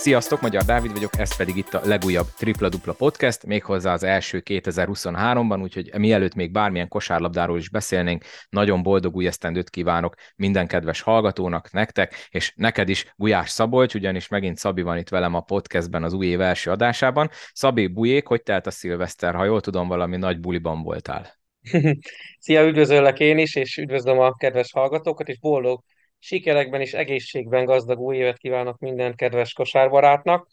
Sziasztok, Magyar Dávid vagyok, ez pedig itt a legújabb Tripla Dupla Podcast, méghozzá az első 2023-ban, úgyhogy mielőtt még bármilyen kosárlabdáról is beszélnénk, nagyon boldog új esztendőt kívánok minden kedves hallgatónak, nektek, és neked is, Gulyás Szabolcs, ugyanis megint Szabi van itt velem a podcastben az új év első adásában. Szabi, bujék, hogy telt a szilveszter? Ha jól tudom, valami nagy buliban voltál. Szia, üdvözöllek én is, és üdvözlöm a kedves hallgatókat, és boldog sikerekben és egészségben gazdag új évet kívánok minden kedves kosárbarátnak.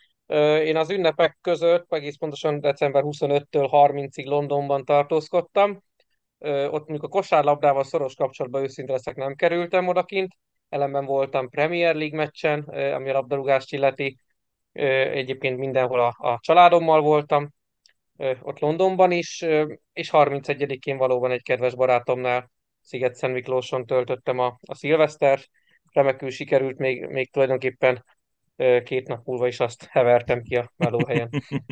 Én az ünnepek között, egész pontosan december 25-től 30-ig Londonban tartózkodtam. Ott mondjuk a kosárlabdával szoros kapcsolatban őszinte leszek, nem kerültem odakint. Ellenben voltam Premier League meccsen, ami a labdarúgást illeti. Egyébként mindenhol a családommal voltam, ott Londonban is, és 31-én valóban egy kedves barátomnál Sziget-Szent Miklóson töltöttem a szilvesztert. Remekül sikerült, még tulajdonképpen 2 nap múlva is azt hevertem ki a melóhelyen.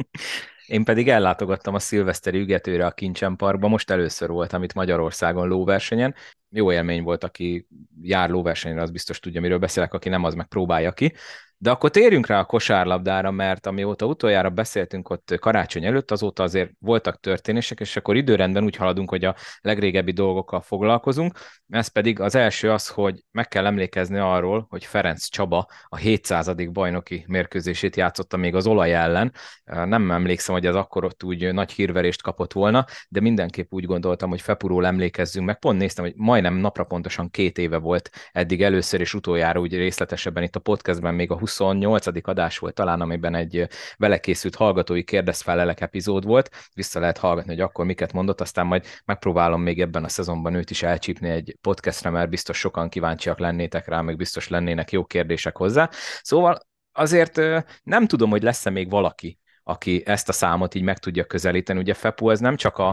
Én pedig ellátogattam a szilveszteri ügetőre a Kincsen Parkba, most először voltam itt Magyarországon lóversenyen. Jó élmény volt, aki jár lóversenyre, az biztos tudja, miről beszélek, aki nem, az meg próbálja ki. De akkor térjünk rá a kosárlabdára, mert amióta utoljára beszéltünk ott karácsony előtt, azóta azért voltak történések, és akkor időrendben úgy haladunk, hogy a legrégebbi dolgokkal foglalkozunk. Ez pedig az első az, hogy meg kell emlékezni arról, hogy Ferenc Csaba a 700. bajnoki mérkőzését játszotta még az Olaj ellen. Nem emlékszem, hogy ez akkor ott úgy nagy hírverést kapott volna, de mindenképp úgy gondoltam, hogy Fepuról emlékezzünk meg. Pont néztem, hogy majdnem napra pontosan 2 éve volt eddig először és utoljára úgy részletesebben itt a podcastben, még a 28. adás volt talán, amiben egy vele készült hallgatói kérdezfelelek epizód volt. Vissza lehet hallgatni, hogy akkor miket mondott, aztán majd megpróbálom még ebben a szezonban őt is elcsípni egy podcastre, mert biztos sokan kíváncsiak lennétek rá, meg biztos lennének jó kérdések hozzá. Szóval azért nem tudom, hogy lesz-e még valaki, aki ezt a számot így meg tudja közelíteni. Ugye Fepu ez nem csak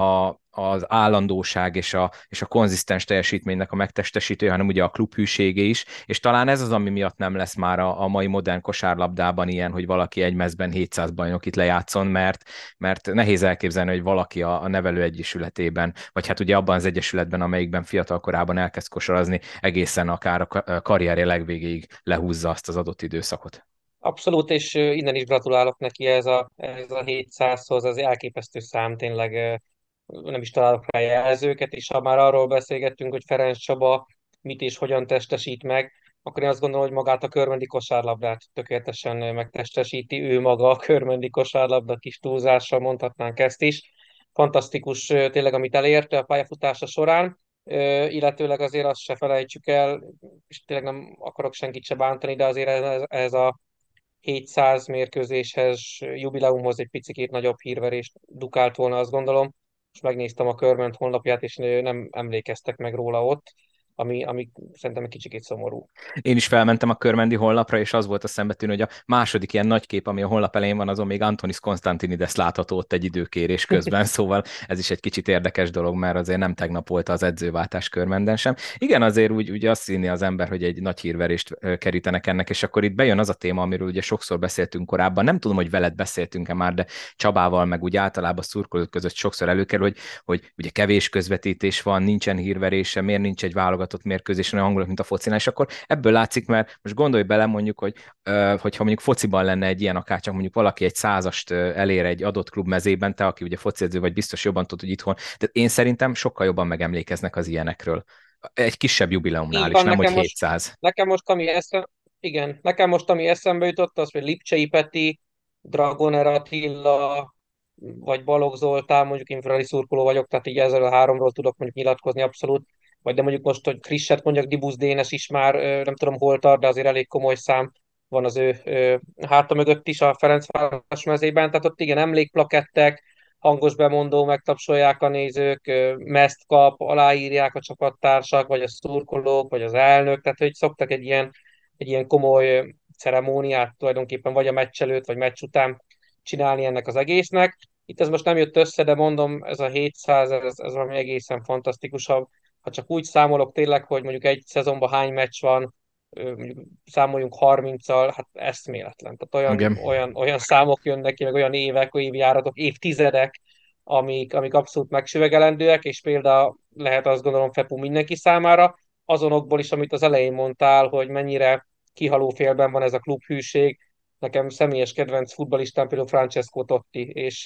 az állandóság és a konzisztens teljesítménynek a megtestesítője, hanem ugye a klubhűségé is, és talán ez az, ami miatt nem lesz már a mai modern kosárlabdában ilyen, hogy valaki egy mezben 700 bajnokit lejátszon, mert nehéz elképzelni, hogy valaki a nevelőegyesületében, vagy hát ugye abban az egyesületben, amelyikben fiatal korában elkezd kosarazni, egészen akár a karrierje legvégéig lehúzza azt az adott időszakot. Abszolút, és innen is gratulálok neki ez a 700-hoz, az elképesztő szám, tényleg nem is találok rá jelzőket, és ha már arról beszélgettünk, hogy Ferenc Csaba mit és hogyan testesít meg, akkor én azt gondolom, hogy magát a körmendi kosárlabdát tökéletesen megtestesíti, ő maga a körmendi kosárlabda, kis túlzással mondhatnánk ezt is. Fantasztikus tényleg, amit elérte a pályafutása során, illetőleg azért azt se felejtsük el, és tényleg nem akarok senkit se bántani, de azért ez a 700 mérkőzéshez, jubileumhoz egy picit nagyobb hírverést dukált volna, azt gondolom. És megnéztem a Körment honlapját, és nem emlékeztek meg róla ott, ami szerintem egy kicsit szomorú. Én is felmentem a Körmendi honlapra, és az volt a szembetűnő, hogy a második ilyen nagy kép, ami a honlap elején van, azon még Antonis Konstantinides látható ott egy időkérés közben, szóval ez is egy kicsit érdekes dolog, mert azért nem tegnap volt az edzőváltás Körmenden sem. Igen, azért úgy azt hinni az ember, hogy egy nagy hírverést kerítenek ennek, és akkor itt bejön az a téma, amiről ugye sokszor beszéltünk korábban, nem tudom, hogy veled beszéltünk-e már, de Csabával, meg úgy általában szurkolók között sokszor előkerül, hogy ugye kevés közvetítés van, nincsen hírverése, miért nincs egy válogatott mérkőzésen olyan hangulat, mint a focinál, és akkor ebből látszik, mert most gondolj bele mondjuk, hogyha mondjuk fociban lenne egy ilyen, akár csak mondjuk valaki egy százast elér egy adott klub mezében, te, aki ugye fociedző vagy, biztos jobban tudod, hogy itthon, de én szerintem sokkal jobban megemlékeznek az ilyenekről. Egy kisebb jubileumnál Így is, van, nem hogy 700. nekem most ami eszem, igen, nekem most ami eszembe jutott, az, hogy Lipcsei Peti, Dragoner Attila, vagy Balogh Zoltán, mondjuk én Fradi szurkoló vagyok, tehát így ezzel a háromról tudok mondjuk nyilatkozni abszolút, vagy de mondjuk most, hogy frisset mondjak, Dibusz Dénes is már nem tudom hol tart, de azért elég komoly szám van az ő háta mögött is a Ferencváros mezében, tehát ott igen, emlékplakettek, hangos bemondó, megtapsolják a nézők, mezt kap, aláírják a csapattársak, vagy a szurkolók, vagy az elnök, tehát hogy szoktak egy ilyen komoly ceremóniát tulajdonképpen vagy a meccs előtt, vagy meccs után csinálni ennek az egésznek. Itt ez most nem jött össze, de mondom, ez a 700, ez valami egészen fantasztikusabb. Ha csak úgy számolok tényleg, hogy mondjuk egy szezonban hány meccs van, mondjuk számoljunk 30-al, hát eszméletlen. Tehát Igen. olyan számok jönnek ki, meg olyan évek, évjáratok, évtizedek, amik abszolút megsüvegelendőek, és példa lehet azt gondolom Fepu mindenki számára, azonokból is, amit az elején mondtál, hogy mennyire kihaló félben van ez a klubhűség, nekem személyes kedvenc futballistám például Francesco Totti,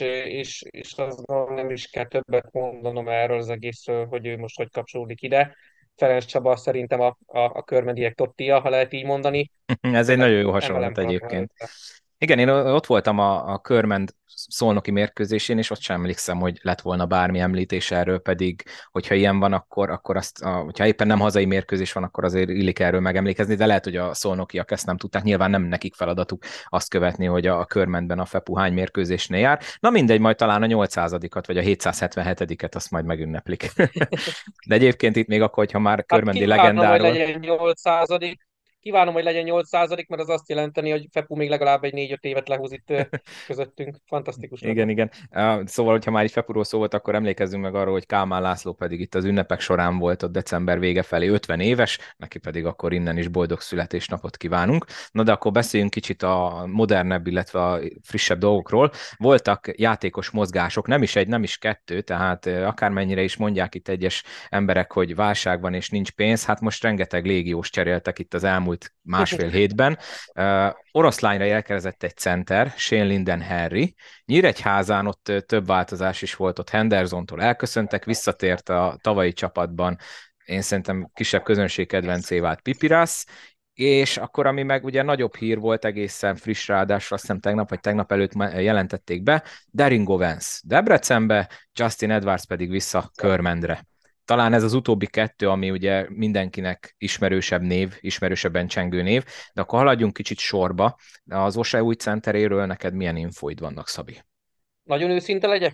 és azt gondolom, nem is kell többet mondanom erről az egészről, hogy ő most hogy kapcsolódik ide. Ferenc Csaba szerintem a körmendiek Tottia, ha lehet így mondani. Ez egy Tényleg nagyon jó emelem hasonlat kalapom egyébként. előtte. Igen, én ott voltam a Körmend szolnoki mérkőzésén, és ott sem emlékszem, hogy lett volna bármi említés erről, pedig hogyha ilyen van, akkor hogyha éppen nem hazai mérkőzés van, akkor azért illik erről megemlékezni, de lehet, hogy a szolnokiak ezt nem tudták, nyilván nem nekik feladatuk azt követni, hogy a Körmendben a FEPU hány mérkőzésnél jár. Na mindegy, majd talán a 800-at vagy a 777-et azt majd megünneplik. De egyébként itt még akkor, hogyha már Hát Körmendi kívánom, hogy legendáról, legyen 800. Kívánom, hogy legyen 800, mert az azt jelenteni, hogy Fepu még legalább egy 4-5 évet lehúz itt közöttünk. Fantasztikus igen, lenne. igen. Szóval, hogyha már egy Fepuró szó volt, akkor emlékezzünk meg arról, hogy Kálmán László pedig itt az ünnepek során volt ott december vége felé 50 éves, neki pedig akkor innen is boldog születésnapot kívánunk. Na de akkor beszéljünk kicsit a modernebb, illetve a frissebb dolgokról. Voltak játékos mozgások, nem is egy, nem is kettő, tehát akármennyire is mondják itt egyes emberek, hogy válság van és nincs pénz, hát most rengeteg légiós cseréltek itt az elmúlt másfél hétben. Oroszlányra jelentkezett egy center, Shane Linden Henry. Nyíregyházán ott több változás is volt, ott Hendersontól elköszöntek, visszatért a tavalyi csapatban, én szerintem kisebb közönség kedvencé vált Pipirász, és akkor, ami meg ugye nagyobb hír volt, egészen friss ráadásra, azt hiszem tegnap vagy tegnap előtt jelentették be, Daringo Vance Debrecenbe, Justin Edwards pedig vissza Körmendre. Talán ez az utóbbi kettő, ami ugye mindenkinek ismerősebb név, ismerősebben csengő név, de akkor haladjunk kicsit sorba. Az OSE új centeréről neked milyen infóid vannak, Szabi? Nagyon őszinte legyek?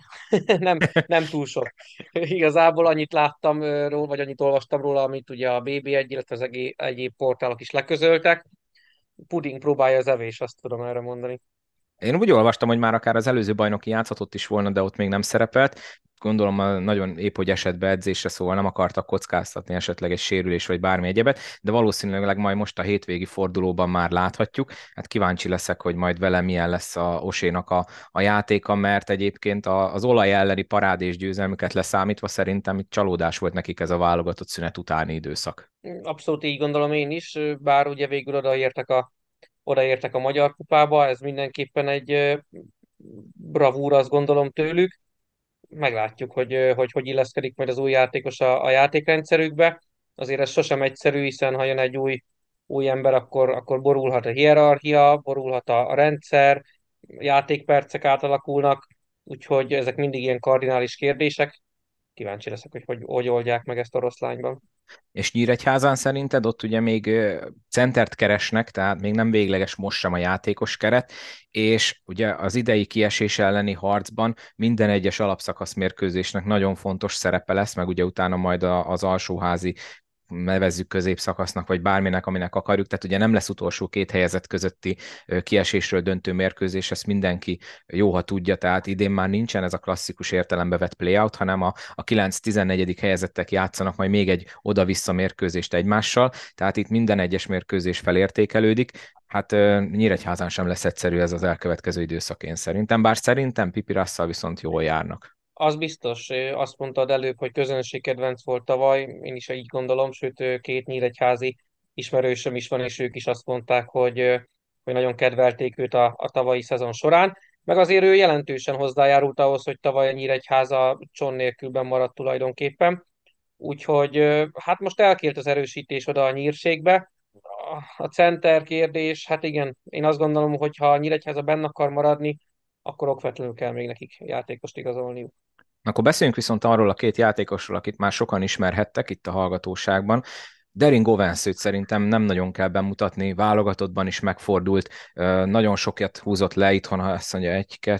Nem túl sok. Igazából annyit láttam róla, vagy annyit olvastam róla, amit ugye a BB1, illetve az egyéb portálok is leközöltek. Puding próbálja az evés, azt tudom erre mondani. Én úgy olvastam, hogy már akár az előző bajnoki játszhatott is volna, de ott még nem szerepelt. Gondolom nagyon épp, hogy esett be edzésre, szóval nem akartak kockáztatni esetleg egy sérülés vagy bármi egyebet, de valószínűleg majd most a hétvégi fordulóban már láthatjuk. Hát kíváncsi leszek, hogy majd vele milyen lesz a Osénak a játéka, mert egyébként az olaj elleni parádés győzelmüket leszámítva szerintem itt csalódás volt nekik ez a válogatott szünet utáni időszak. Abszolút így gondolom én is, bár ugye végül odaértek a Magyar Kupába, ez mindenképpen egy bravúr, azt gondolom tőlük. Meglátjuk, hogy illeszkedik majd az új játékos a játékrendszerükbe. Azért ez sosem egyszerű, hiszen ha jön egy új ember, akkor borulhat a hierarchia, borulhat a rendszer, játékpercek átalakulnak, úgyhogy ezek mindig ilyen kardinális kérdések. Kíváncsi leszek, hogy oldják meg ezt oroszlányban. És Nyíregyházán szerinted ott ugye még centert keresnek, tehát még nem végleges most sem a játékos keret, és ugye az idei kiesés elleni harcban minden egyes alapszakasz mérkőzésnek nagyon fontos szerepe lesz, meg ugye utána majd az alsóházi nevezzük középszakasznak, vagy bárminek, aminek akarjuk. Tehát ugye nem lesz utolsó két helyezett közötti kiesésről döntő mérkőzés, ezt mindenki jó, ha tudja, tehát idén már nincsen ez a klasszikus értelembe vett playout, hanem a 9-14. Helyezettek játszanak majd még egy oda-vissza mérkőzést egymással, tehát itt minden egyes mérkőzés felértékelődik. Hát Nyíregyházán sem lesz egyszerű ez az elkövetkező időszak, én szerintem, bár szerintem Pipirasszal viszont jól járnak. Az biztos, azt mondtad előbb, hogy közönségkedvenc volt tavaly, én is így gondolom, sőt két nyíregyházi ismerősöm is van, és ők is azt mondták, hogy nagyon kedvelték őt a tavalyi szezon során, meg azért ő jelentősen hozzájárult ahhoz, hogy tavaly a Nyíregyháza cson nélkülben maradt tulajdonképpen. Úgyhogy hát most elkélt az erősítés oda a nyírségbe. A center kérdés, hát igen, én azt gondolom, hogy ha a Nyíregyháza benne akar maradni, akkor okvetlenül kell még nekik játékost igazolniuk. Akkor beszéljünk viszont arról a két játékosról, akit már sokan ismerhettek itt a hallgatóságban. Derin Govanszőt szerintem nem nagyon kell bemutatni, válogatottban is megfordult, nagyon sokat húzott le itthon, ha azt mondja,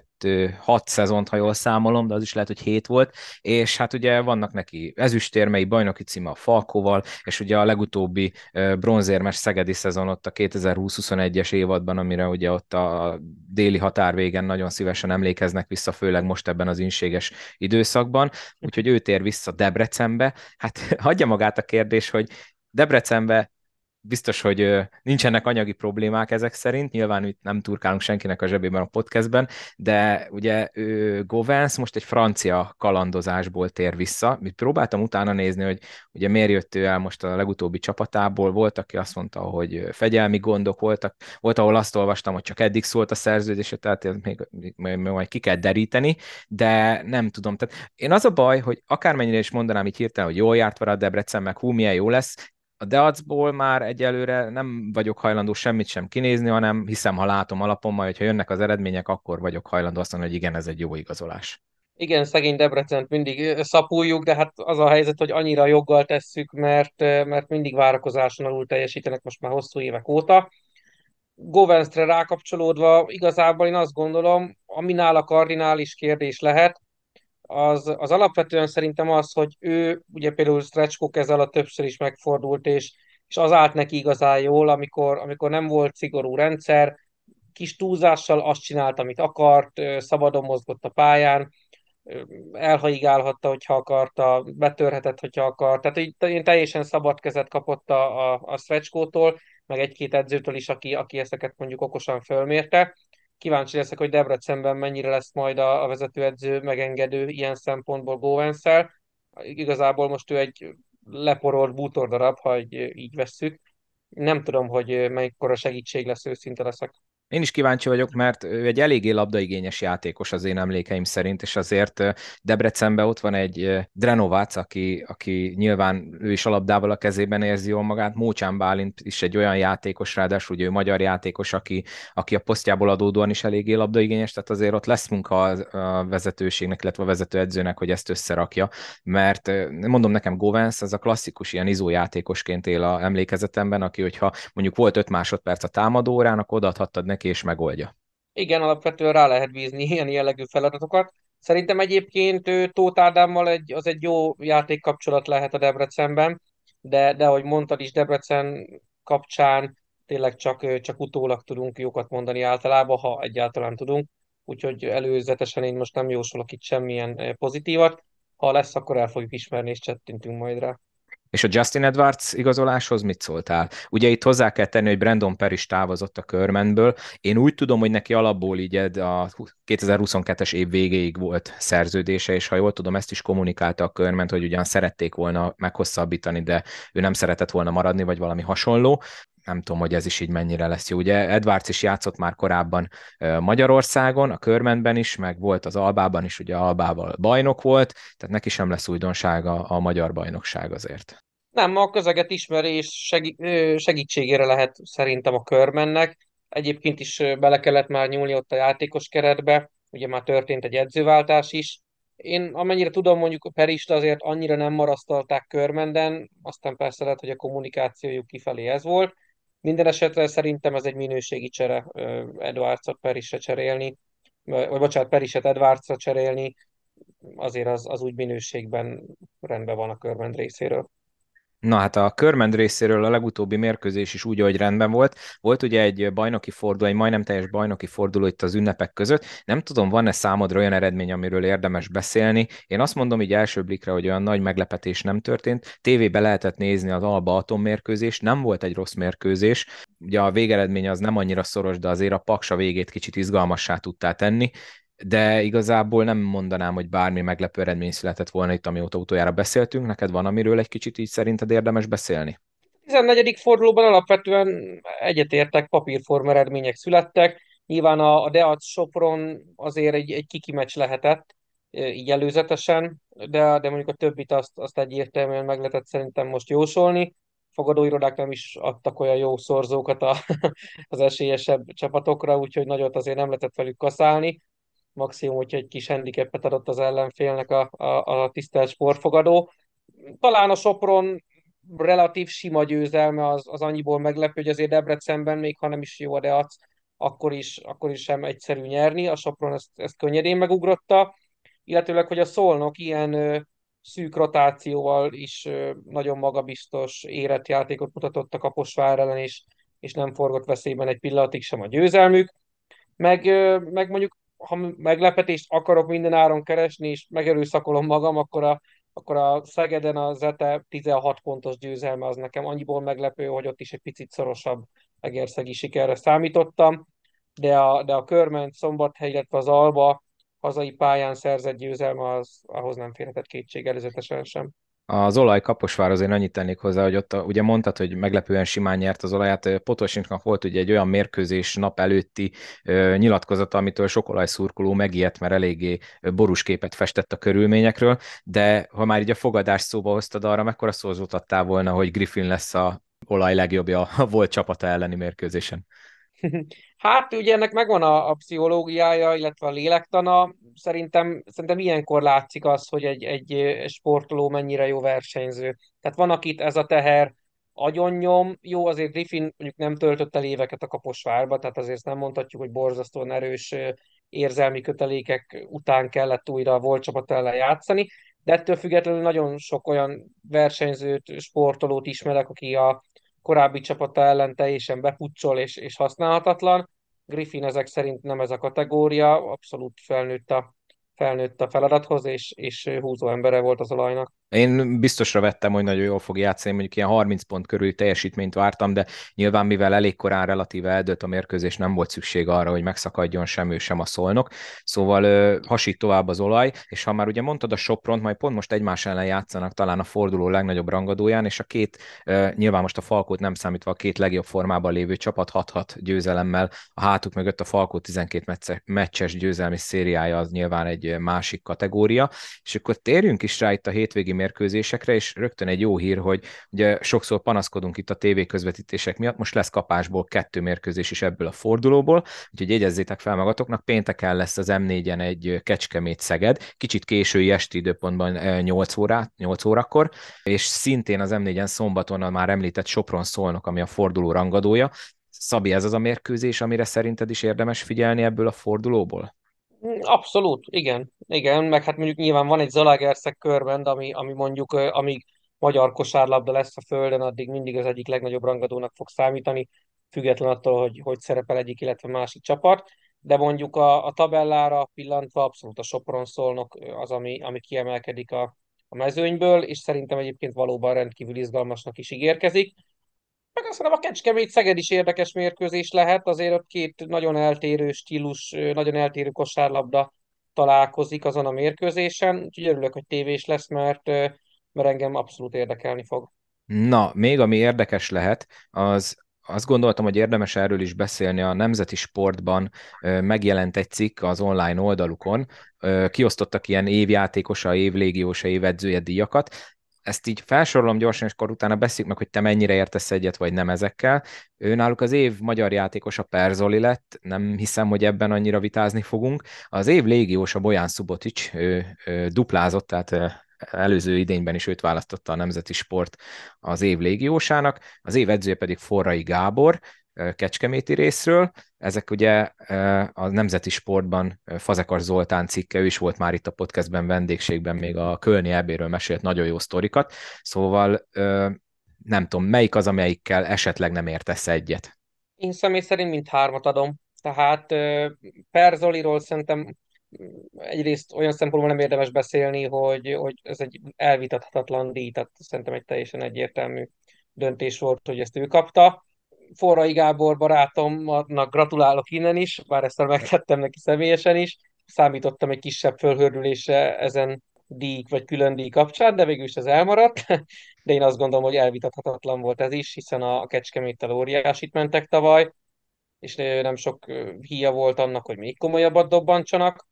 6 szezont, ha jól számolom, de az is lehet, hogy 7 volt, és hát ugye vannak neki ezüstérmei, bajnoki címe a Falkóval, és ugye a legutóbbi bronzérmes szegedi szezon ott a 2020-21-es évadban, amire ugye ott a déli határvégen nagyon szívesen emlékeznek vissza, főleg most ebben az inséges időszakban, úgyhogy ő tér vissza Debrecenbe. Hát hagyja magát a kérdés, hogy Debrecenbe biztos, hogy nincsenek anyagi problémák ezek szerint, nyilván itt nem turkálunk senkinek a zsebében a podcastben, de ugye Govens most egy francia kalandozásból tér vissza. Mit próbáltam utána nézni, hogy ugye miért jött ő el most a legutóbbi csapatából, volt, aki azt mondta, hogy fegyelmi gondok voltak, volt, ahol azt olvastam, hogy csak eddig szólt a szerződése, tehát ezt még majd ki kell deríteni, de nem tudom. Tehát én az a baj, hogy akármennyire is mondanám így hirtelen, hogy jól járt vele a Debrecen, meg hú, milyen jó lesz, a Deacból már egyelőre nem vagyok hajlandó semmit sem kinézni, hanem hiszem, ha látom alapon, majd, hogyha jönnek az eredmények, akkor vagyok hajlandó azt mondani, hogy igen, ez egy jó igazolás. Igen, szegény Debrecent mindig szapuljuk, de hát az a helyzet, hogy annyira joggal tesszük, mert mindig várakozáson alul teljesítenek most már hosszú évek óta. Govenstre rákapcsolódva, igazából én azt gondolom, ami nála kardinális kérdés lehet, az alapvetően szerintem az, hogy ő, ugye például Stretchko kez alatt többször is megfordult, és az állt neki igazán jól, amikor nem volt szigorú rendszer, kis túlzással azt csinált, amit akart, szabadon mozgott a pályán, elhaigálhatta, hogyha akarta, betörhetett, hogyha akart. Tehát így én teljesen szabad kezet kapott a Stretchkótól, meg egy-két edzőtől is, aki ezeket mondjuk okosan fölmérte. Kíváncsi leszek, hogy Debrecenben mennyire lesz majd a vezetőedző megengedő ilyen szempontból Góvenszel. Igazából most ő egy leporolt bútordarab, ha így vesszük. Nem tudom, hogy mekkora segítség lesz, őszinte leszek. Én is kíváncsi vagyok, mert ő egy eléggé labdaigényes játékos az én emlékeim szerint, és azért Debrecenben ott van egy Drenovac, aki nyilván ő is a labdával a kezében érzi jól magát, Mócsán Bálint is egy olyan játékos, ráadásul ugye ő magyar játékos, aki a posztjából adódóan is eléggé labdaigényes, tehát azért ott lesz munka a vezetőségnek, illetve a vezetőedzőnek, hogy ezt összerakja, mert mondom nekem Govens, az a klasszikus ilyen izójátékosként él a emlékezetemben, aki hogyha mondjuk volt 5 másodperc a támadórán, akkor odaadhattad neki, és megoldja. Igen, alapvetően rá lehet bízni ilyen jellegű feladatokat. Szerintem egyébként Tóth Ádámmal az egy jó játékkapcsolat lehet a Debrecenben, de ahogy mondtad is, Debrecen kapcsán tényleg csak utólag tudunk jókat mondani általában, ha egyáltalán tudunk. Úgyhogy előzetesen én most nem jósolok itt semmilyen pozitívat. Ha lesz, akkor el fogjuk ismerni, és csettintünk majd rá. És a Justin Edwards igazoláshoz mit szóltál? Ugye itt hozzá kell tenni, hogy Brandon Per is távozott a Körmenből. Én úgy tudom, hogy neki alapból így a 2022-es év végéig volt szerződése, és ha jól tudom, ezt is kommunikálta a Körment, hogy ugyan szerették volna meghosszabbítani, de ő nem szeretett volna maradni, vagy valami hasonló. Nem tudom, hogy ez is így mennyire lesz jó. Ugye Edwards is játszott már korábban Magyarországon, a Körmentben is, meg volt az Albában is, ugye Albával bajnok volt, tehát neki sem lesz újdonsága a magyar bajnokság azért. Nem, a közeget ismerés segítségére lehet szerintem a körmennek. Egyébként is bele kellett már nyúlni ott a játékos keretbe, ugye már történt egy edzőváltás is. Én amennyire tudom, mondjuk a Perist azért annyira nem marasztalták körmenden, aztán persze lehet, hogy a kommunikációjuk kifelé ez volt. Minden esetre szerintem ez egy minőségi csere Edwardsot Perisre cserélni, vagy bocsánat, Periset Edwardsra cserélni, azért az úgy minőségben rendben van a körmend részéről. Na hát a Körmend részéről a legutóbbi mérkőzés is úgy, ahogy rendben volt. Volt ugye egy bajnoki forduló, egy majdnem teljes bajnoki forduló itt az ünnepek között. Nem tudom, van-e számodra olyan eredmény, amiről érdemes beszélni. Én azt mondom így első blikre, hogy olyan nagy meglepetés nem történt. Tévébe lehetett nézni az Alba Atom mérkőzést, nem volt egy rossz mérkőzés. Ugye a végeredmény az nem annyira szoros, de azért a Paksa végét kicsit izgalmassá tudtál tenni, de igazából nem mondanám, hogy bármi meglepő eredmény született volna itt, amióta utoljára beszéltünk. Neked van, amiről egy kicsit így szerinted érdemes beszélni? 14. fordulóban alapvetően egyetértek, papírforma eredmények születtek. Nyilván a Deac Sopron azért egy kiki meccs lehetett, így előzetesen, de mondjuk a többit azt egyértelműen meg lehetett szerintem most jósolni. Fogadóirodák nem is adtak olyan jó szorzókat az esélyesebb csapatokra, úgyhogy nagyot azért nem lehetett velük kaszálni. Maximum, hogyha egy kis handicapet adott az ellenfélnek a tisztelt sportfogadó. Talán a Sopron relatív sima győzelme az annyiból meglepő, hogy azért Debrecenben, még ha nem is jó a Deac, akkor is sem egyszerű nyerni. A Sopron ezt könnyedén megugrotta, illetőleg, hogy a Szolnok ilyen szűk rotációval is nagyon magabiztos, érett játékot mutatott a Kaposvár ellen, és nem forgott veszélyben egy pillanatig sem a győzelmük. Meg mondjuk, ha meglepetést akarok minden áron keresni, és megerőszakolom magam, akkor akkor a Szegeden a Zete 16 pontos győzelme az nekem annyiból meglepő, hogy ott is egy picit szorosabb egerszegi sikerre számítottam, de a Körment, Szombathely, illetve az Alba hazai pályán szerzett győzelme az ahhoz nem férhetett kétség előzetesen sem. Az olaj Kaposvár, azért annyit tennék hozzá, hogy ott ugye mondtad, hogy meglepően simán nyert az olaját. Potosninknak volt ugye egy olyan mérkőzés nap előtti nyilatkozata, amitől sok olajszurkoló megijedt, mert eléggé borús képet festett a körülményekről, de ha már így a fogadás szóba hoztad, arra mekkora szózót adtál volna, hogy Griffin lesz a olaj legjobbja a volt csapata elleni mérkőzésen? Hát ugye ennek megvan a pszichológiája, illetve a lélektana. Szerintem ilyenkor látszik az, hogy egy sportoló mennyire jó versenyző. Tehát van, akit ez a teher agyonnyom. Jó, azért Griffin mondjuk nem töltött el éveket a Kaposvárba, tehát azért ezt nem mondhatjuk, hogy borzasztóan erős érzelmi kötelékek után kellett újra a volt csapat ellen játszani, de ettől függetlenül nagyon sok olyan versenyzőt, sportolót ismerek, aki a korábbi csapata ellen teljesen bepucsol és használhatatlan. Griffin ezek szerint nem ez a kategória, abszolút felnőtt a feladathoz, és húzó embere volt az olajnak. Én biztosra vettem, hogy nagyon jól fog játszani, mondjuk ilyen 30 pont körüli teljesítményt vártam, de nyilván mivel elég korán relatíve eldőlt a mérkőzés, nem volt szükség arra, hogy megszakadjon sem ő, sem a Szolnok. Szóval hasít tovább az olaj, és ha már ugye mondtad a Sopront, majd pont most egymás ellen játszanak talán a forduló legnagyobb rangadóján, és a két, nyilván most a Falkót nem számítva a két legjobb formában lévő csapat 6-6 győzelemmel, a hátuk mögött a Falkó 12 meccses győzelmi szériája az nyilván egy másik kategória, és akkor térjünk is rá itt a hétvégi mérkőzésekre, és rögtön egy jó hír, hogy ugye sokszor panaszkodunk itt a TV közvetítések miatt, most lesz kapásból 2 mérkőzés is ebből a fordulóból, úgyhogy jegyezzétek fel magatoknak, pénteken lesz az M4-en egy Kecskemét-Szeged, kicsit késői esti időpontban 8 órakor, és szintén az M4-en szombaton a már említett Sopron-Szolnok, ami a forduló rangadója. Szabi, ez az a mérkőzés, amire szerinted is érdemes figyelni ebből a fordulóból? Abszolút, igen. Igen, meg hát mondjuk nyilván van egy Zalaegerszeg körben, ami mondjuk amíg magyar kosárlabda lesz a Földön, addig mindig az egyik legnagyobb rangadónak fog számítani, független attól, hogy szerepel egyik, illetve másik csapat. De mondjuk a tabellára pillantva abszolút a Sopron-Szolnok az, ami kiemelkedik a mezőnyből, és szerintem egyébként valóban rendkívül izgalmasnak is ígérkezik. Meg azt mondom, a Kecskemét-Szeged is érdekes mérkőzés lehet, azért ott két nagyon eltérő stílus, nagyon eltérő kosárlabda találkozik azon a mérkőzésen, úgyhogy örülök, hogy tévés lesz, mert engem abszolút érdekelni fog. Na, még ami érdekes lehet, az azt gondoltam, hogy érdemes erről is beszélni. A Nemzeti Sportban megjelent egy cikk az online oldalukon, kiosztottak ilyen évjátékosa, évlégiósa, évedzője díjakat. Ezt így felsorolom gyorsan, és akkor utána beszéljük meg, hogy te mennyire értesz egyet, vagy nem ezekkel. Ő náluk az év magyar játékosa Perzoli lett, nem hiszem, hogy ebben annyira vitázni fogunk. Az év légiósa Bojan Subotic, ő duplázott, tehát előző idényben is őt választotta a Nemzeti Sport az év légiósának, az év edzője pedig Forrai Gábor, kecskeméti részről. Ezek ugye a Nemzeti Sportban Fazekas Zoltán cikke, ő is volt már itt a podcastben vendégségben, még a Kölni EB-ről mesélt nagyon jó sztorikat, szóval nem tudom, melyik az, amelyikkel esetleg nem értesz egyet. Én személy szerint mindhármat adom. Tehát Per Zoliról szerintem egyrészt olyan szempontból nem érdemes beszélni, hogy ez egy elvitathatatlan díj, tehát szerintem egy teljesen egyértelmű döntés volt, hogy ezt ő kapta. Forrai Gábor barátomnak gratulálok innen is, bár ezt már megtettem neki személyesen is. Számítottam egy kisebb fölhördülésre ezen díj vagy külön díj kapcsán, de végül is ez elmaradt. De én azt gondolom, hogy elvitathatatlan volt ez is, hiszen a Kecskeméttel óriásit mentek tavaly, és nem sok híja volt annak, hogy még komolyabbat dobbantsanak.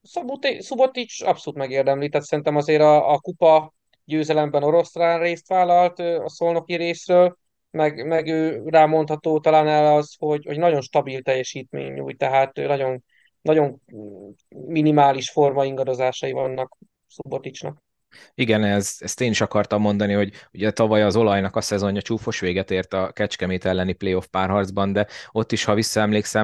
Subotic abszolút megérdemli, tehát szerintem azért a kupa győzelemben oroszlán részt vállalt a szolnoki részről, meg ő rámondható talán el az, hogy nagyon stabil teljesítmény nyújt, tehát nagyon, nagyon minimális formaingadozásai vannak Suboticnak. Igen, ezt én is akartam mondani, hogy ugye tavaly az olajnak a szezonja csúfos véget ért a Kecskemét elleni playoff párharcban, de ott is, ha visszaemlékszem,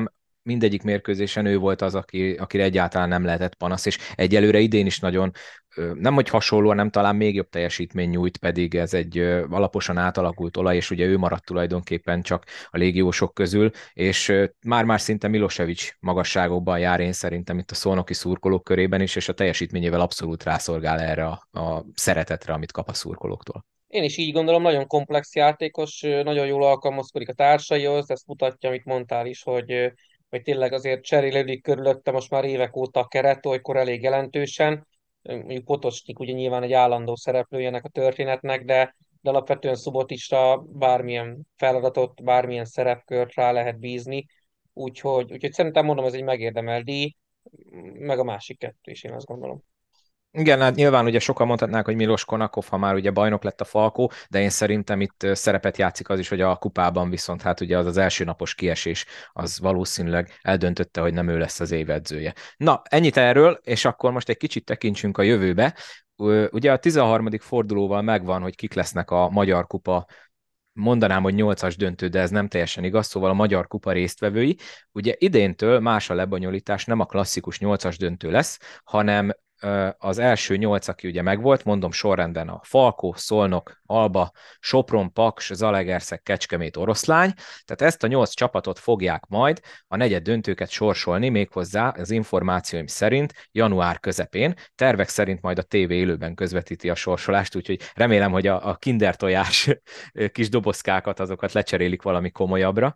mindegyik mérkőzésen ő volt az, akire egyáltalán nem lehetett panasz, és egyelőre idén is nagyon, nem hogy hasonló, nem talán még jobb teljesítmény nyújt, pedig ez egy alaposan átalakult olaj, és ugye ő maradt tulajdonképpen csak a légiósok közül, és már-már szinte Milosevic magasságokban jár én szerintem itt a szolnoki szurkolók körében is, és a teljesítményével abszolút rászolgál erre a szeretetre, amit kap a szurkolóktól. Én is így gondolom, nagyon komplex játékos, nagyon jól alkalmazkodik a társaihoz, ezt mutatja, amit mondtál is, hogy tényleg azért cserélődik körülötte most már évek óta a keret, olykor elég jelentősen. Mondjuk Potocsnik ugye nyilván egy állandó szereplője ennek a történetnek, de alapvetően Szobotisra bármilyen feladatot, bármilyen szerepkört rá lehet bízni. Úgyhogy szerintem mondom, ez egy megérdemelt díj, meg a másik kettő is, én azt gondolom. Igen, hát nyilván ugye sokan mondhatnák, hogy Milos Konakov, ha már ugye bajnok lett a Falkó, de én szerintem itt szerepet játszik az is, hogy a kupában viszont hát ugye az első napos kiesés az valószínűleg eldöntötte, hogy nem ő lesz az év edzője. Na, ennyit erről, és akkor most egy kicsit tekintsünk a jövőbe. Ugye a 13. fordulóval megvan, hogy kik lesznek a Magyar Kupa, mondanám, hogy 8-as döntő, de ez nem teljesen igaz, szóval a Magyar Kupa résztvevői. Ugye idéntől más a lebonyolítás, nem a klasszikus 8-as döntő lesz, hanem az első 8, aki ugye megvolt, mondom sorrendben a Falkó, Szolnok, Alba, Sopron, Paks, Zalaegerszeg, Kecskemét, Oroszlány. Tehát ezt a 8 csapatot fogják majd a negyed döntőket sorsolni, méghozzá az információim szerint január közepén. Tervek szerint majd a TV élőben közvetíti a sorsolást, úgyhogy remélem, hogy a kinder tojás kis dobozkákat, azokat lecserélik valami komolyabbra.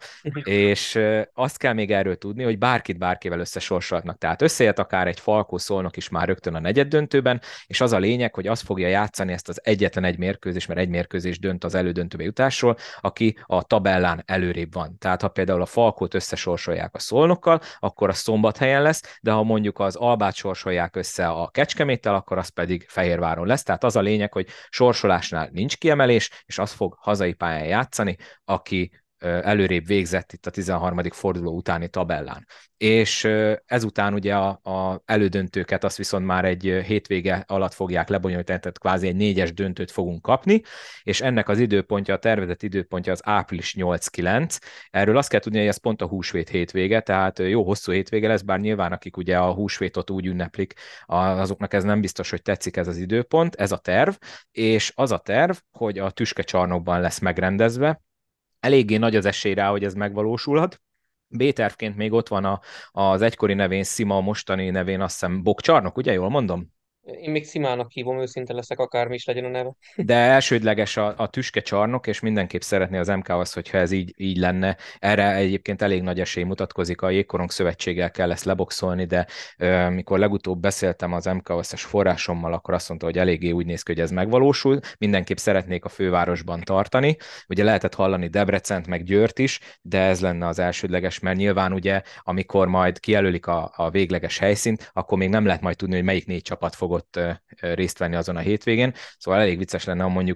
És azt kell még erről tudni, hogy bárkit bárkivel összesorsolhatnak. Tehát összejött akár egy Falkó Szolnok is már rögtön a negyed döntőben, és az a lényeg, hogy az fogja játszani ezt az egyetlen egy mérkőzés, mert egy mérkőzés dönt az elődöntőbe jutásról, aki a tabellán előrébb van. Tehát ha például a Falkót összesorsolják a Szolnokkal, akkor a Szombathelyen lesz, de ha mondjuk az Albát sorsolják össze a Kecskeméttel, akkor az pedig Fehérváron lesz. Tehát az a lényeg, hogy sorsolásnál nincs kiemelés, és az fog hazai pályán játszani, aki előrébb végzett itt a 13. forduló utáni tabellán. És ezután ugye a elődöntőket azt viszont már egy hétvége alatt fogják lebonyolítani, tehát kvázi egy 4-es döntőt fogunk kapni, és ennek az időpontja, a tervezett időpontja az április 8-9. Erről azt kell tudni, hogy ez pont a húsvét hétvége, tehát jó hosszú hétvége lesz, bár nyilván akik ugye a húsvétot úgy ünneplik, azoknak ez nem biztos, hogy tetszik ez az időpont, ez a terv, és az a terv, hogy a Tüskecsarnokban lesz megrendezve. Eléggé nagy az esély rá, hogy ez megvalósulhat. B-tervként még ott van az egykori nevén Szima, a mostani nevén azt hiszem Bokcsarnok, ugye jól mondom? Én még Szimának hívom, őszinte leszek, akármi is legyen a neve. De elsődleges a tüske csarnok, és mindenképp szeretné az MK azt, hogyha ez így lenne. Erre egyébként elég nagy esély mutatkozik, a Jégkorong Szövetséggel kell ezt leboxolni, de mikor legutóbb beszéltem az MK-os forrásommal, akkor azt mondta, hogy eléggé úgy néz ki, hogy ez megvalósul. Mindenképp szeretnék a fővárosban tartani. Ugye lehetett hallani Debrecent, meg Győrt is, de ez lenne az elsődleges, mert nyilván ugye, amikor majd kijelölik a végleges helyszínt, akkor még nem lehet majd tudni, hogy melyik 4 csapat fog ott részt venni azon a hétvégén. Szóval elég vicces lenne, ha mondjuk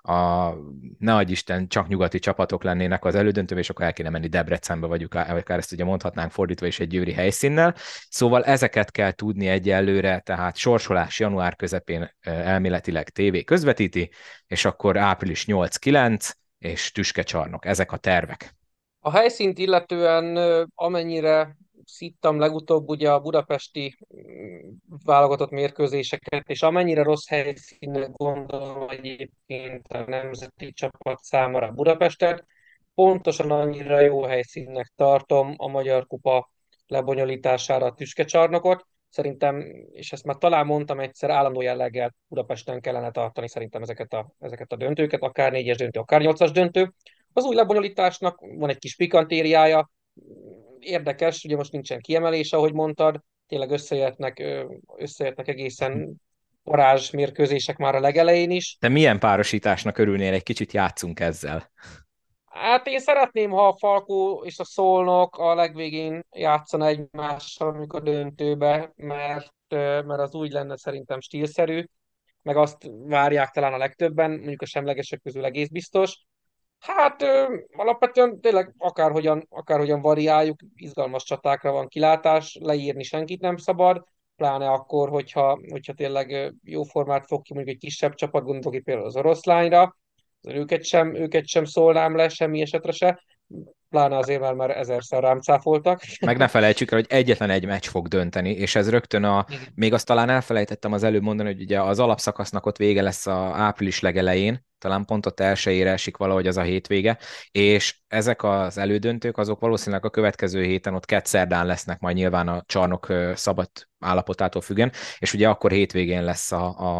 ne adj Isten, csak nyugati csapatok lennének az elődöntőben, és akkor el kéne menni Debrecenbe, vagy akár ezt ugye mondhatnánk fordítva is egy győri helyszínnel. Szóval ezeket kell tudni egyelőre, tehát sorsolás január közepén elméletileg TV közvetíti, és akkor április 8-9, és tüskecsarnok. Ezek a tervek. A helyszínt illetően amennyire szittam legutóbb ugye a budapesti válogatott mérkőzéseket, és amennyire rossz helyszínnek gondolom egyébként a nemzeti csapat számára Budapestet, pontosan annyira jó helyszínnek tartom a Magyar Kupa lebonyolítására a Tüskecsarnokot. Szerintem, és ezt már talán mondtam egyszer, állandó jelleggel Budapesten kellene tartani szerintem ezeket a döntőket, akár 4-es döntő, akár 8-as döntő. Az új lebonyolításnak van egy kis pikantériája, érdekes, ugye most nincsen kiemelés, ahogy mondtad, tényleg összejöttnek egészen varázs mérkőzések már a legelején is. Te milyen párosításnak örülnél? Egy kicsit játszunk ezzel. Hát én szeretném, ha a Falkó és a Szolnok a legvégén játszana egymással, amikor döntőbe, mert az úgy lenne szerintem stílszerű, meg azt várják talán a legtöbben, mondjuk a semlegesek közül egész biztos. Hát alapvetően tényleg akárhogyan variáljuk, izgalmas csatákra van kilátás, leírni senkit nem szabad, pláne akkor, hogyha tényleg jó formát fog ki mondjuk egy kisebb csapat, gondolok itt például az Oroszlányra, őket sem szólnám le semmi esetre se. pláne azért, mert már ezerszer rám cáfoltak. Meg ne felejtsük el, hogy egyetlen egy meccs fog dönteni, és ez rögtön Igen, még azt talán elfelejtettem az előbb mondani, hogy ugye az alapszakasznak ott vége lesz a április legelején, talán pont ott elsőjére esik valahogy az a hétvége, és ezek az elődöntők, azok valószínűleg a következő héten ott kedszerdán lesznek majd nyilván a csarnok szabad állapotától függen, és ugye akkor hétvégén lesz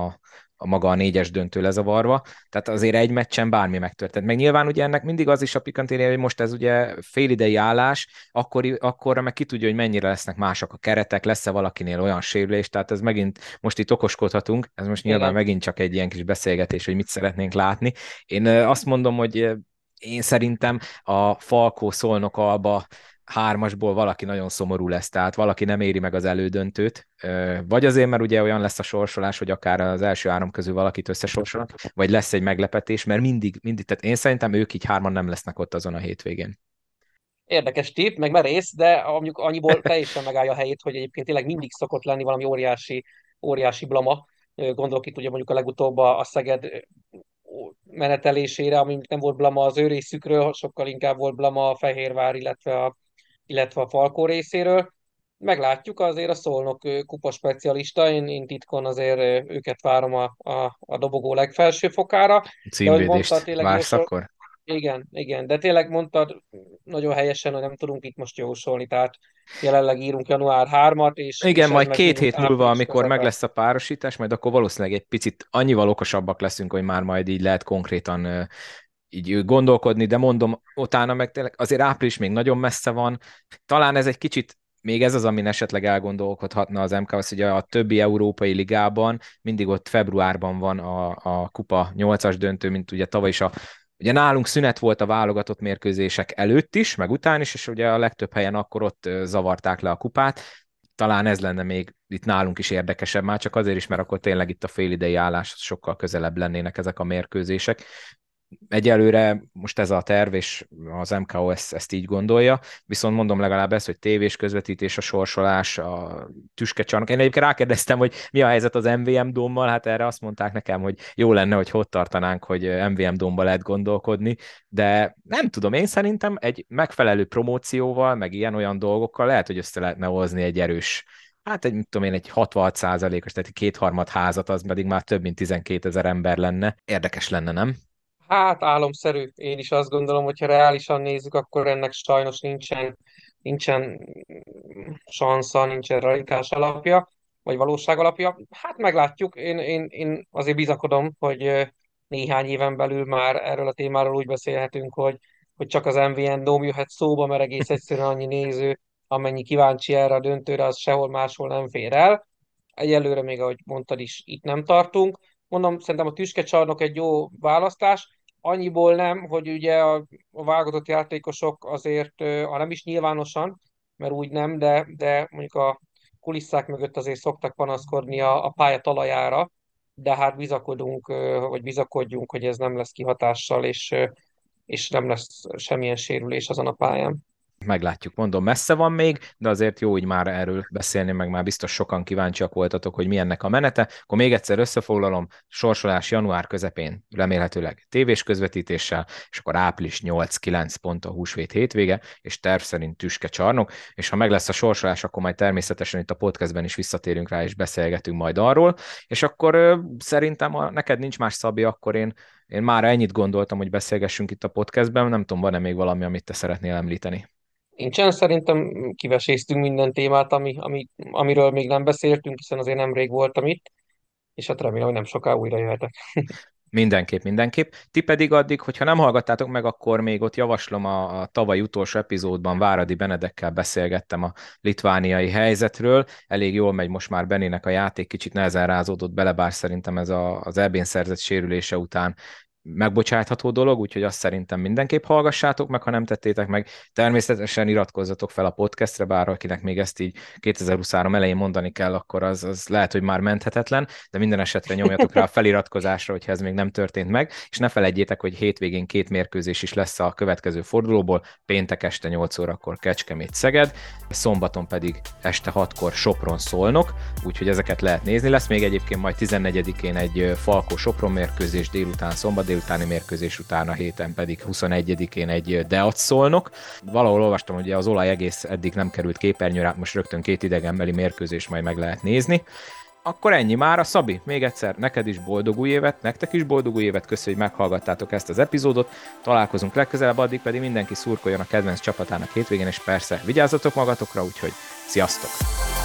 a maga a négyes döntő lezavarva, tehát azért egy meccsen bármi megtörtént. Meg nyilván ugye ennek mindig az is a pikantéria, hogy most ez ugye félidei állás, akkorra meg ki tudja, hogy mennyire lesznek mások a keretek, lesz-e valakinél olyan sérülés, tehát ez megint, most itt okoskodhatunk, ez most nyilván igen. megint csak egy ilyen kis beszélgetés, hogy mit szeretnénk látni. Én azt mondom, hogy én szerintem a Falkó-Szolnok Alba hármasból valaki nagyon szomorú lesz, tehát valaki nem éri meg az elődöntőt, vagy azért, mert ugye olyan lesz a sorsolás, hogy akár az első három közül valakit összesorsolnak, vagy lesz egy meglepetés, mert mindig, tehát én szerintem ők így hárman nem lesznek ott azon a hétvégén. Érdekes tipp, meg merész, de mondjuk annyiból teljesen megállja a helyét, hogy egyébként tényleg mindig szokott lenni valami óriási blama. Gondolok itt ugye mondjuk a legutóbb a Szeged menetelésére, ami nem volt blama az ő részükről, sokkal inkább volt blama a Fehérvár, illetve a Falkó részéről. Meglátjuk, azért a Szolnok kupa specialista, én titkon azért őket várom a dobogó legfelső fokára, de ahogy mondta, Címvédést tényleg vársz akkor? igen, de tényleg mondtad nagyon helyesen, hogy nem tudunk itt most jósolni, tehát jelenleg írunk január 3-at, Igen, és ez majd meg 2 hét múlva, április amikor meg közepe. lesz a párosítás, majd akkor valószínűleg egy picit annyival okosabbak leszünk, hogy már majd így lehet konkrétan így gondolkodni, de mondom, utána meg tényleg azért április még nagyon messze van. Talán ez egy kicsit, még ez az, amin esetleg elgondolkodhatna az MK, az, hogy a többi európai ligában mindig ott februárban van a kupa 8-as döntő, mint ugye tavaly is ugye nálunk szünet volt a válogatott mérkőzések előtt is, meg után is, és ugye a legtöbb helyen akkor ott zavarták le a kupát. Talán ez lenne még itt nálunk is érdekesebb, már csak azért is, mert akkor tényleg itt a félidei állás sokkal közelebb lennének ezek a mérkőzések. Egyelőre most ez a terv, és az MKO ezt így gondolja, viszont mondom legalább ezt, hogy tévés közvetítés, a sorsolás, a tüskecsarnok. Én egyébként rákérdeztem, hogy mi a helyzet az MVM Dommal, hát erre azt mondták nekem, hogy jó lenne, hogy hol tartanánk, hogy MVM Domba lehet gondolkodni, de nem tudom, én szerintem egy megfelelő promócióval, meg ilyen-olyan dolgokkal lehet, hogy össze lehetne hozni egy erős, hát egy, mit tudom én, egy 66%-os, tehát egy kétharmad házat, az pedig már több mint 12 000 ember lenne. Érdekes lenne, nem? Hát álomszerű. Én is azt gondolom, hogy ha reálisan nézzük, akkor ennek sajnos nincsen sansza, nincsen radikális alapja, vagy valóság alapja. Hát meglátjuk. Én azért bizakodom, hogy néhány éven belül már erről a témáról úgy beszélhetünk, hogy csak az MVN Dome jöhet szóba, mert egész egyszerűen annyi néző, amennyi kíváncsi erre a döntőre, az sehol máshol nem fér el. Egyelőre még, ahogy mondtad is, itt nem tartunk. Mondom, szerintem a tüskecsarnok egy jó választás. Annyiból nem, hogy ugye a válogatott játékosok azért, ha nem is nyilvánosan, mert úgy nem, de mondjuk a kulisszák mögött azért szoktak panaszkodni a pálya talajára, de hát bizakodunk, vagy bizakodjunk, hogy ez nem lesz kihatással, és nem lesz semmilyen sérülés azon a pályán. Meglátjuk, mondom, messze van még, de azért jó így már erről beszélni, meg már biztos sokan kíváncsiak voltatok, hogy mi ennek a menete. Akkor még egyszer összefoglalom, sorsolás január közepén, remélhetőleg tévés közvetítéssel, és akkor április 8-9 pont a húsvét hétvége, és terv szerint Tüske csarnok, és ha meg lesz a sorsolás, akkor majd természetesen itt a podcastben is visszatérünk rá, és beszélgetünk majd arról, és akkor szerintem, ha neked nincs más, Szabi, akkor én már ennyit gondoltam, hogy beszélgessünk itt a podcastben, nem tudom, van-e még valami, amit te szeretnél említeni. Nincsen, szerintem kiveséztünk minden témát, amiről még nem beszéltünk, hiszen azért nemrég voltam itt, és hát remélem, hogy nem soká újra jöhetek. Mindenképp. Ti pedig addig, hogyha nem hallgattátok meg, akkor még ott javaslom a tavalyi utolsó epizódban Váradi Benedekkel beszélgettem a litvániai helyzetről. Elég jól megy most már Benének a játék, kicsit nehezen rázódott bele, bár szerintem ez az EB-n szerzett sérülése után megbocsátható dolog, úgyhogy azt szerintem mindenképp hallgassátok meg, ha nem tettétek meg. Természetesen iratkozzatok fel a podcastre, bár akinek még ezt így 2023 elején mondani kell, akkor az lehet, hogy már menthetetlen, de minden esetre nyomjatok rá a feliratkozásra, hogyha ez még nem történt meg, és ne felejtjétek, hogy hétvégén 2 mérkőzés is lesz a következő fordulóból, péntek este 8 órakor Kecskemét-Szeged, szombaton pedig este 6-kor Sopron-Szolnok, úgyhogy ezeket lehet nézni. Lesz még egyébként majd 14-én egy Falkó-Sopron mérkőzés délután, szombat délutáni mérkőzés után, a héten pedig 21-én egy Deac Szolnok. Valahol olvastam, hogy az olaj egész eddig nem került képernyőre, hát most rögtön 2 idegenbeli mérkőzés majd meg lehet nézni. Akkor ennyi mára, Szabi, még egyszer neked is boldog új évet, nektek is boldog új évet, köszönjük, hogy meghallgattátok ezt az epizódot, találkozunk legközelebb, addig pedig mindenki szurkoljon a kedvenc csapatának hétvégén, és persze vigyázzatok magatokra, úgyhogy sziasztok!